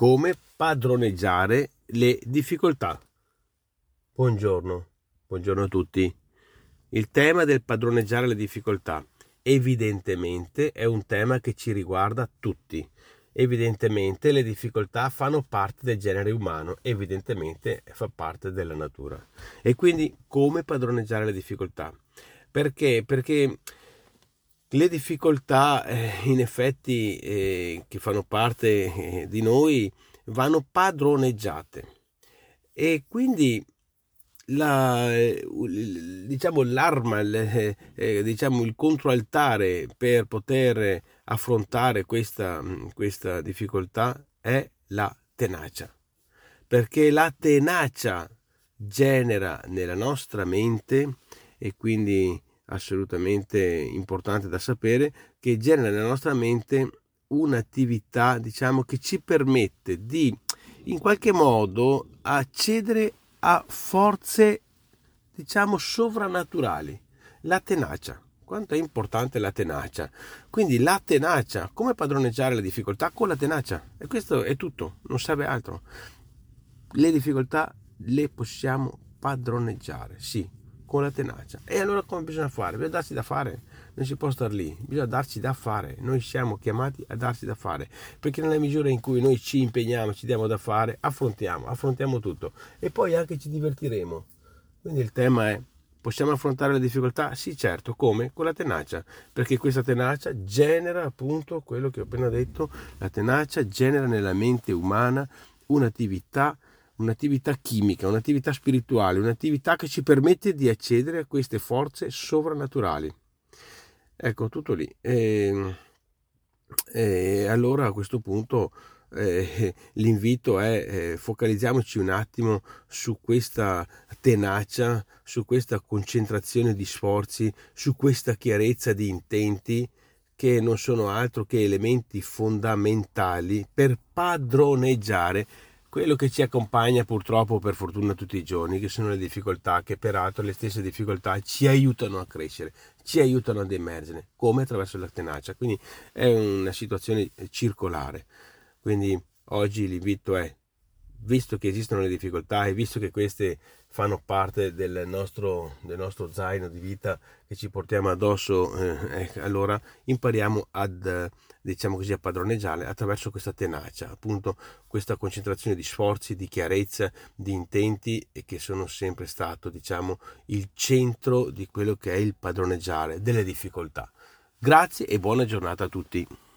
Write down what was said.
come padroneggiare le difficoltà. Buongiorno a tutti. Il tema del padroneggiare le difficoltà evidentemente è un tema che ci riguarda tutti. Evidentemente le difficoltà fanno parte del genere umano, evidentemente fa parte della natura. E quindi come padroneggiare le difficoltà? Perché? Perché le difficoltà in effetti che fanno parte di noi vanno padroneggiate e quindi l'arma, il controaltare per poter affrontare questa difficoltà è la tenacia, perché la tenacia genera nella nostra mente, e quindi assolutamente importante da sapere, che genera nella nostra mente un'attività che ci permette di in qualche modo accedere a forze sovrannaturali. La tenacia, quanto è importante la tenacia. Quindi la tenacia, come padroneggiare le difficoltà? Con la tenacia, e questo è tutto, non serve altro. Le difficoltà le possiamo padroneggiare, sì, con la tenacia. E allora come bisogna fare? Bisogna darsi da fare, non si può star lì, bisogna darci da fare. Noi siamo chiamati a darsi da fare, perché nella misura in cui noi ci impegniamo, ci diamo da fare, affrontiamo tutto e poi anche ci divertiremo. Quindi il tema è: possiamo affrontare le difficoltà? Sì, certo. Come? Con la tenacia, perché questa tenacia genera appunto quello che ho appena detto. La tenacia genera nella mente umana un'attività chimica, un'attività spirituale, un'attività che ci permette di accedere a queste forze sovrannaturali. Ecco, tutto lì. E allora a questo punto l'invito è focalizziamoci un attimo su questa tenacia, su questa concentrazione di sforzi, su questa chiarezza di intenti, che non sono altro che elementi fondamentali per padroneggiare quello che ci accompagna purtroppo, per fortuna, tutti i giorni, che sono le difficoltà, che peraltro le stesse difficoltà ci aiutano a crescere, ci aiutano ad emergere, come attraverso la tenacia. Quindi è una situazione circolare. Quindi oggi l'invito è: visto che esistono le difficoltà e visto che queste fanno parte del nostro zaino di vita che ci portiamo addosso, allora impariamo a padroneggiarle attraverso questa tenacia, appunto questa concentrazione di sforzi, di chiarezza, di intenti, e che sono sempre stato il centro di quello che è il padroneggiare delle difficoltà. Grazie e buona giornata a tutti.